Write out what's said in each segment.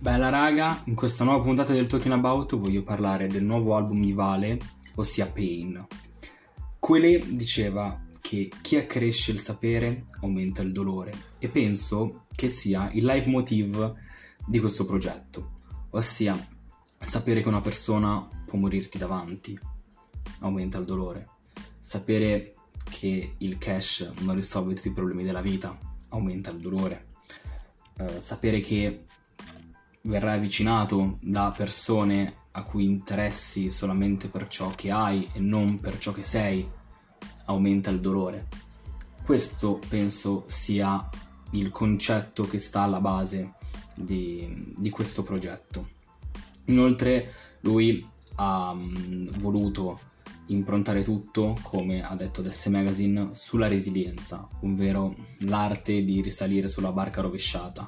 Bella raga, in questa nuova puntata del Talking About voglio parlare del nuovo album di Vale, ossia Pain. Quelle diceva che chi accresce il sapere aumenta il dolore e penso che sia il leitmotiv di questo progetto, ossia sapere che una persona può morirti davanti aumenta il dolore, sapere che il cash non risolve tutti i problemi della vita aumenta il dolore, sapere che verrai avvicinato da persone a cui interessi solamente per ciò che hai e non per ciò che sei aumenta il dolore. Questo penso sia il concetto che sta alla base di questo progetto. Inoltre lui ha voluto improntare tutto, come ha detto ad S Magazine, sulla resilienza, ovvero l'arte di risalire sulla barca rovesciata.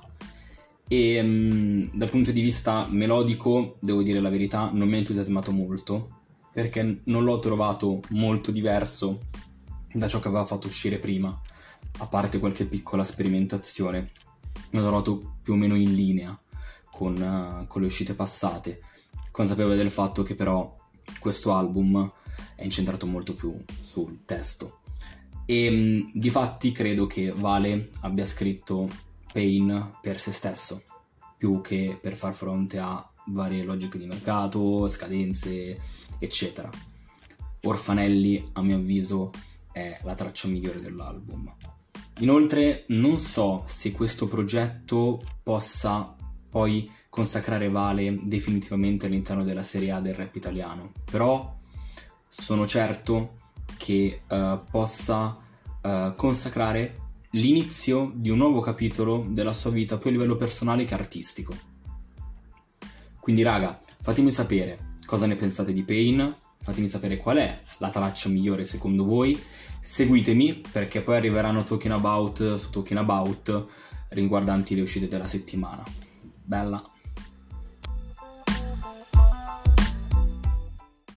E dal punto di vista melodico, devo dire la verità, non mi ha entusiasmato molto, perché non l'ho trovato molto diverso da ciò che aveva fatto uscire prima, a parte qualche piccola sperimentazione. L'ho trovato più o meno in linea con le uscite passate, consapevole del fatto che però questo album è incentrato molto più sul testo. E difatti credo che Vale abbia scritto Pain per se stesso, più che per far fronte a varie logiche di mercato, scadenze, eccetera. Orfanelli, a mio avviso, è la traccia migliore dell'album. Inoltre, non so se questo progetto possa poi consacrare Vale definitivamente all'interno della Serie A del rap italiano, però sono certo che possa consacrare l'inizio di un nuovo capitolo della sua vita, più a livello personale che artistico. Quindi raga, fatemi sapere cosa ne pensate di Pain, fatemi sapere qual è la traccia migliore secondo voi, seguitemi perché poi arriveranno Talking About su Talking About riguardanti le uscite della settimana. Bella!